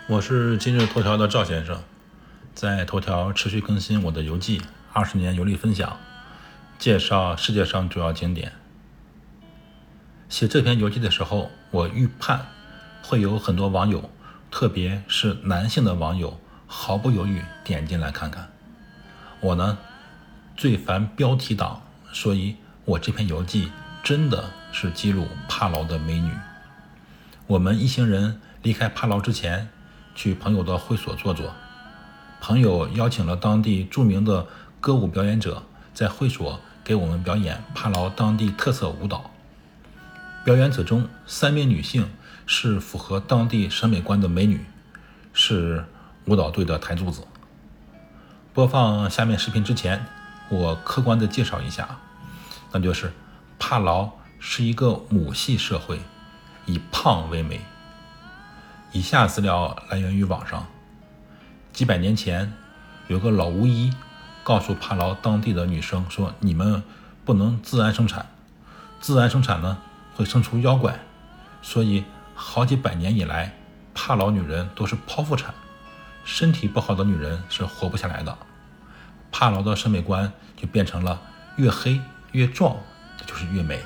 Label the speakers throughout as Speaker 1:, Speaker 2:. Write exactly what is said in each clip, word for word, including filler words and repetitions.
Speaker 1: 我是今日头条的赵先生，在头条持续更新我的游记，二十年游历分享，介绍世界上主要景点。写这篇游记的时候，我预判会有很多网友，特别是男性的网友，毫不犹豫点进来看看。我呢，最烦标题党，所以我这篇游记真的是记录帕劳的美女。我们一行人离开帕劳之前，去朋友的会所坐坐。朋友邀请了当地著名的歌舞表演者，在会所给我们表演帕劳当地特色舞蹈。表演者中三名女性是符合当地审美观的美女，是舞蹈队的台柱子。播放下面视频之前，我客观地介绍一下，那就是帕劳是一个母系社会，以胖为美。以下资料来源于网上。几百年前，有个老巫医告诉帕劳当地的女生说，你们不能自然生产，自然生产呢会生出妖怪，所以好几百年以来，帕劳女人都是剖腹产，身体不好的女人是活不下来的。帕劳的审美观就变成了越黑越壮，这就是越美。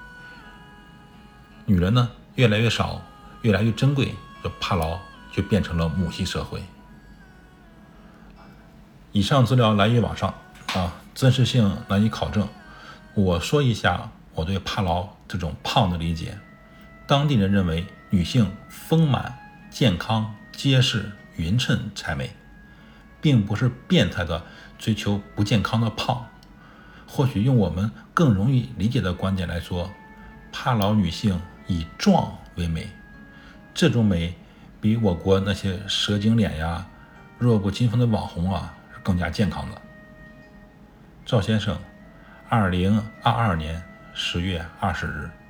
Speaker 1: 女人呢越来越少，越来越珍贵，这帕劳就变成了母系社会。以上资料来源于网上啊，真实性难以考证。我说一下我对帕劳这种胖的理解。当地人认为女性丰满、健康、结实、匀称才美，并不是变态的追求不健康的胖。或许用我们更容易理解的观点来说，帕劳女性以壮为美，这种美比我国那些蛇精脸呀、弱不禁风的网红啊是更加健康的。赵先生，二零二二年十月二十日。